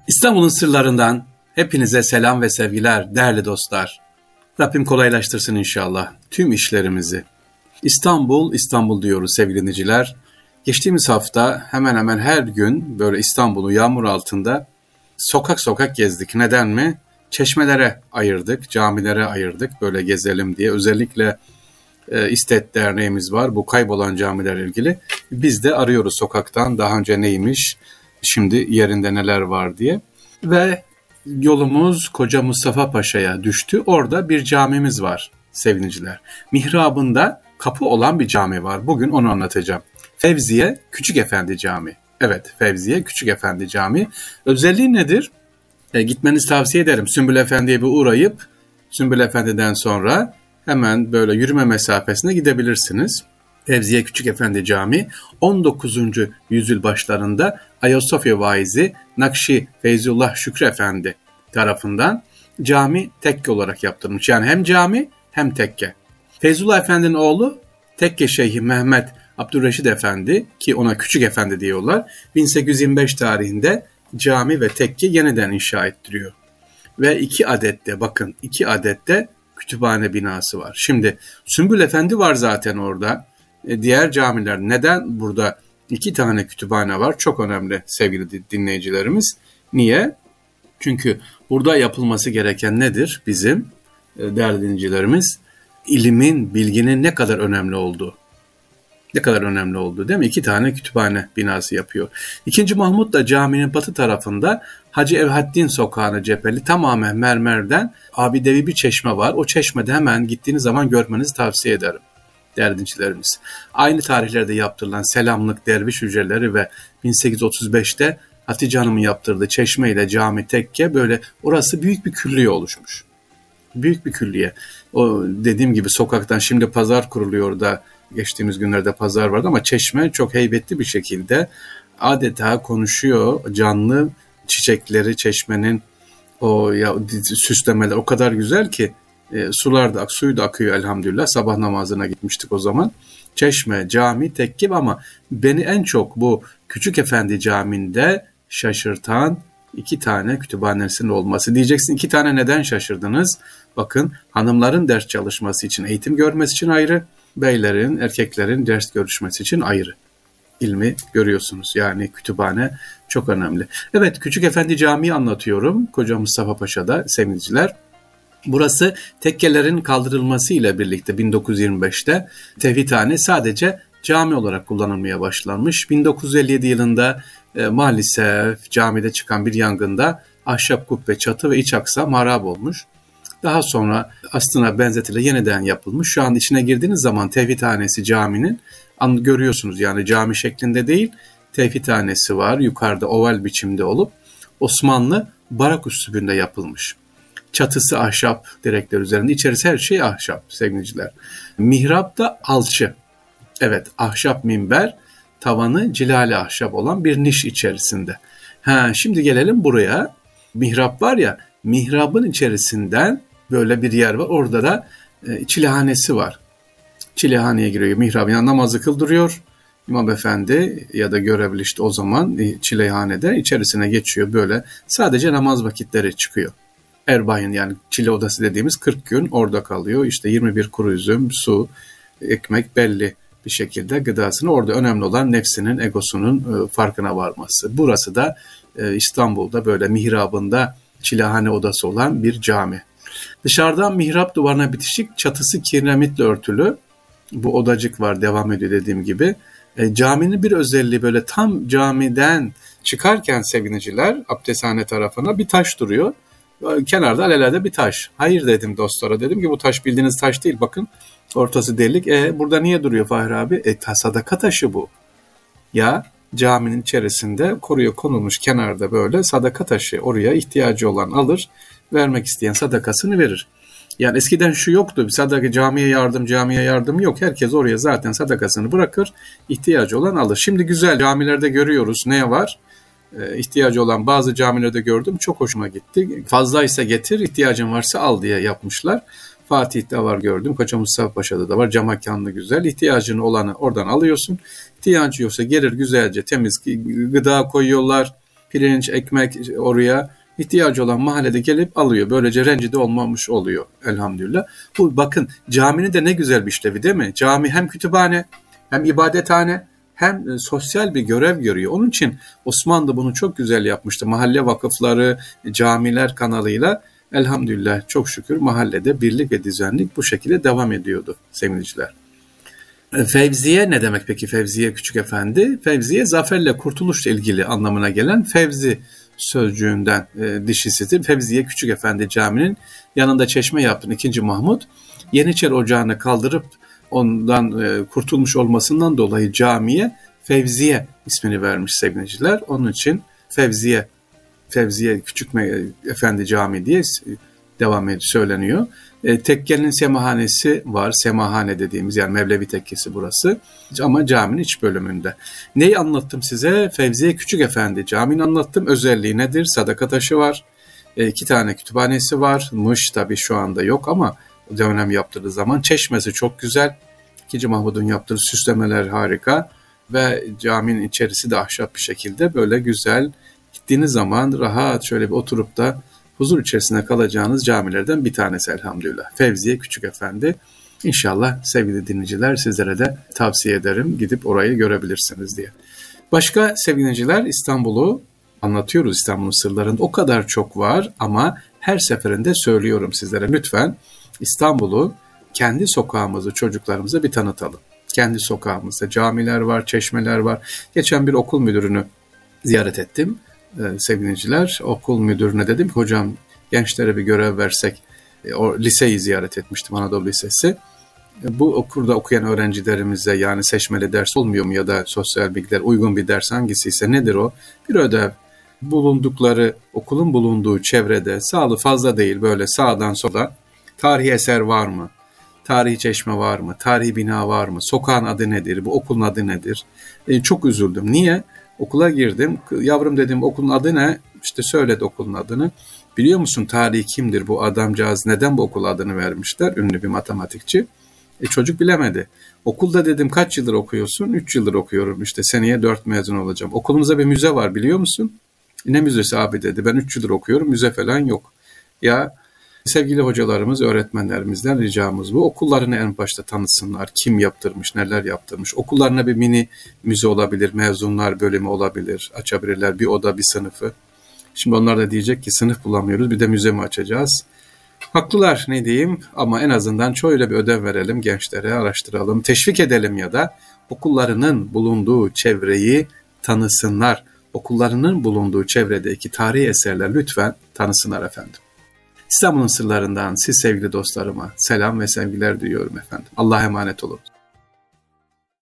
İstanbul'un sırlarından hepinize selam ve sevgiler değerli dostlar. Rabbim kolaylaştırsın inşallah tüm işlerimizi. İstanbul, İstanbul diyoruz sevgili dinleyiciler. Geçtiğimiz hafta hemen hemen her gün böyle İstanbul'u yağmur altında sokak sokak gezdik. Neden mi? Çeşmelere ayırdık, camilere ayırdık böyle gezelim diye. Özellikle İstet Derneğimiz var bu kaybolan camilerle ilgili. Biz de arıyoruz sokaktan daha önce neymiş, şimdi yerinde neler var diye. Ve yolumuz Koca Mustafa Paşa'ya düştü. Orada bir camimiz var sevgiliciler. Mihrabında kapı olan bir cami var. Bugün onu anlatacağım. Fevziye Küçükefendi Camii. Evet, Fevziye Küçükefendi Camii. Özelliği nedir? Gitmenizi tavsiye ederim. Sümbül Efendi'ye bir uğrayıp Sümbül Efendi'den sonra hemen böyle yürüme mesafesine gidebilirsiniz. Fevziye Küçükefendi Camii 19. yüzyıl başlarında Ayasofya vaizi Nakşi Feyzullah Şükrü Efendi tarafından cami tekke olarak yaptırılmış. Yani hem cami hem tekke. Feyzullah Efendi'nin oğlu Tekke Şeyhi Mehmet Abdülreşit Efendi, ki ona Küçük Efendi diyorlar, 1825 tarihinde cami ve tekke yeniden inşa ettiriyor. Ve 2 adette kütüphane binası var. Şimdi Sümbül Efendi var zaten orada. Diğer camiler neden burada 2 tane kütüphane var? Çok önemli sevgili dinleyicilerimiz. Niye? Çünkü burada yapılması gereken nedir bizim değerli dinleyicilerimiz? İlimin, bilginin ne kadar önemli olduğu. Ne kadar önemli olduğu değil mi? 2 tane kütüphane binası yapıyor. 2. Mahmut da caminin batı tarafında Hacı Evhaddin Sokağı'na cepheli tamamen mermerden abidevi bir çeşme var. O çeşmede hemen gittiğiniz zaman görmenizi tavsiye ederim. Değerli dinleyicilerimiz. Aynı tarihlerde yaptırılan Selamlık Derviş Hücreleri ve 1835'te Hatice Hanım'ın yaptırdığı çeşme ile cami tekke, böyle orası büyük bir külliye oluşmuş. Büyük bir külliye. O dediğim gibi sokaktan, şimdi pazar kuruluyor da, geçtiğimiz günlerde pazar vardı ama çeşme çok heybetli bir şekilde adeta konuşuyor. Canlı çiçekleri, çeşmenin o süslemeler o kadar güzel ki suyu da akıyor elhamdülillah. Sabah namazına gitmiştik o zaman. Çeşme, cami, tekke, ama beni en çok bu Küçükefendi Camii'nde şaşırtan 2 tane kütüphanesinin olması. Diyeceksin 2 tane neden şaşırdınız? Bakın, hanımların ders çalışması için, eğitim görmesi için ayrı, beylerin, erkeklerin ders görüşmesi için ayrı. İlmi görüyorsunuz. Yani kütüphane çok önemli. Evet, Küçükefendi Camii'yi anlatıyorum. Koca Mustafa Paşa'da sevgiliciler. Burası tekkelerin kaldırılması ile birlikte 1925'te tevhidhane sadece cami olarak kullanılmaya başlanmış. 1957 yılında maalesef camide çıkan bir yangında ahşap kubbe, çatı ve iç aksa harap olmuş. Daha sonra aslına benzetile yeniden yapılmış. Şu an içine girdiğiniz zaman tevhidhanesi caminin görüyorsunuz. Yani cami şeklinde değil, tevhidhanesi var. Yukarıda oval biçimde olup Osmanlı barak üslubunda yapılmış. Çatısı ahşap direkler üzerinde. İçerisi her şey ahşap sevgiliciler. Mihrap da alçı. Evet, ahşap minber, tavanı cilali ahşap olan bir niş içerisinde. Şimdi gelelim buraya. Mihrap var ya, mihrabın içerisinden böyle bir yer var. Orada da çilehanesi var. Çilehaneye giriyor. Mihrabın yanında namazı kıldırıyor. İmam Efendi ya da görevli işte o zaman çilehanede içerisine geçiyor. Böyle sadece namaz vakitleri çıkıyor. Erbain, yani çile odası dediğimiz 40 gün orada kalıyor. İşte 21 kuru üzüm, su, ekmek, belli bir şekilde gıdasını, orada önemli olan nefsinin, egosunun farkına varması. Burası da İstanbul'da böyle mihrabında çilehane odası olan bir cami. Dışarıdan mihrap duvarına bitişik, çatısı kiremitle örtülü. Bu odacık var, devam ediyor dediğim gibi. Caminin bir özelliği, böyle tam camiden çıkarken sevgiliciler abdesthane tarafına bir taş duruyor. Kenarda alelade bir taş. Hayır dedim dostlara, dedim ki bu taş bildiğiniz taş değil, bakın ortası delik. Burada niye duruyor Fahri abi? Sadaka taşı bu. Ya caminin içerisinde koruya konulmuş kenarda böyle sadaka taşı, oraya ihtiyacı olan alır, vermek isteyen sadakasını verir. Yani eskiden şu yoktu, sadaka camiye yardım yok. Herkes oraya zaten sadakasını bırakır, ihtiyacı olan alır. Şimdi güzel camilerde görüyoruz ne var? İhtiyacı olan bazı camilerde gördüm, çok hoşuma gitti. Fazlaysa getir, ihtiyacın varsa al diye yapmışlar. Fatih'te var gördüm, Koca Mustafa Paşa'da da var, cam mekanlı güzel. İhtiyacın olanı oradan alıyorsun. İhtiyacı yoksa gelir güzelce temiz gıda koyuyorlar. pirinç, ekmek oraya ihtiyacı olan mahallede gelip alıyor. Böylece rencide olmamış oluyor elhamdülillah. Bu bakın caminin de ne güzel bir işlevi değil mi? Cami hem kütüphane hem ibadethane hem sosyal bir görev görüyor. Onun için Osmanlı bunu çok güzel yapmıştı. Mahalle vakıfları, camiler kanalıyla elhamdülillah çok şükür mahallede birlik ve düzenlik bu şekilde devam ediyordu sevgiliciler. Fevziye ne demek peki Fevziye Küçük Efendi? Fevziye zaferle kurtuluşla ilgili anlamına gelen Fevzi sözcüğünden dişisidir. Fevziye Küçük Efendi caminin yanında çeşme yaptı 2. Mahmud. Yeniçeri Ocağı'nı kaldırıp ondan kurtulmuş olmasından dolayı camiye Fevziye ismini vermiş sevgiliciler. Onun için Fevziye Küçük Efendi Camii diye devam ediyor, söyleniyor. Tekkenin semahanesi var. Semahane dediğimiz yani Mevlevi tekkesi burası. Ama caminin iç bölümünde. Neyi anlattım size? Fevziye Küçük Efendi Camii'ni anlattım. Özelliği nedir? Sadaka taşı var. 2 tane kütüphanesi var. Mış tabii şu anda yok ama dönem yaptırdığı zaman. Çeşmesi çok güzel. 2. Mahmud'un yaptığı süslemeler harika. Ve caminin içerisi de ahşap bir şekilde böyle güzel. Gittiğiniz zaman rahat şöyle bir oturup da huzur içerisinde kalacağınız camilerden bir tanesi elhamdülillah. Fevziye Küçük Efendi. İnşallah sevgili dinleyiciler sizlere de tavsiye ederim. Gidip orayı görebilirsiniz diye. Başka sevgili dinleyiciler İstanbul'u anlatıyoruz. İstanbul'un sırlarında o kadar çok var ama her seferinde söylüyorum sizlere lütfen İstanbul'u kendi sokağımızı çocuklarımıza bir tanıtalım. Kendi sokağımızda camiler var, çeşmeler var. Geçen bir okul müdürünü ziyaret ettim. Sevgili dinleyiciler, okul müdürüne dedim ki hocam gençlere bir görev versek, o liseyi ziyaret etmiştim, Anadolu Lisesi. Bu okulda okuyan öğrencilerimize yani seçmeli ders olmuyor mu ya da sosyal bilgiler uygun bir ders hangisiyse nedir o? Bir ödev bulundukları, okulun bulunduğu çevrede sağlı fazla değil böyle sağdan sola tarihi eser var mı? Tarihi çeşme var mı? Tarihi bina var mı? Sokağın adı nedir? Bu okulun adı nedir? Çok üzüldüm. Niye? Okula girdim. Yavrum dedim okulun adı ne? İşte söyledi okulun adını. Biliyor musun tarihi kimdir bu adamcağız? Neden bu okul adını vermişler? Ünlü bir matematikçi. Çocuk bilemedi. Okulda dedim kaç yıldır okuyorsun? 3 yıldır okuyorum işte seneye 4 mezun olacağım. Okulumuzda bir müze var biliyor musun? Ne müzesi abi dedi. Ben 3 yıldır okuyorum müze falan yok. Ya sevgili hocalarımız, öğretmenlerimizden ricamız bu. Okullarını en başta tanısınlar. Kim yaptırmış, neler yaptırmış. Okullarına bir mini müze olabilir, mezunlar bölümü olabilir. Açabilirler bir oda, bir sınıfı. Şimdi onlar da diyecek ki sınıf bulamıyoruz, bir de müze mi açacağız? Haklılar ne diyeyim ama en azından şöyle bir ödev verelim gençlere, araştıralım, teşvik edelim ya da okullarının bulunduğu çevreyi tanısınlar. Okullarının bulunduğu çevredeki tarihi eserler lütfen tanısınlar efendim. İstanbul'un sırlarından siz sevgili dostlarıma selam ve sevgiler diliyorum efendim. Allah'a emanet olun.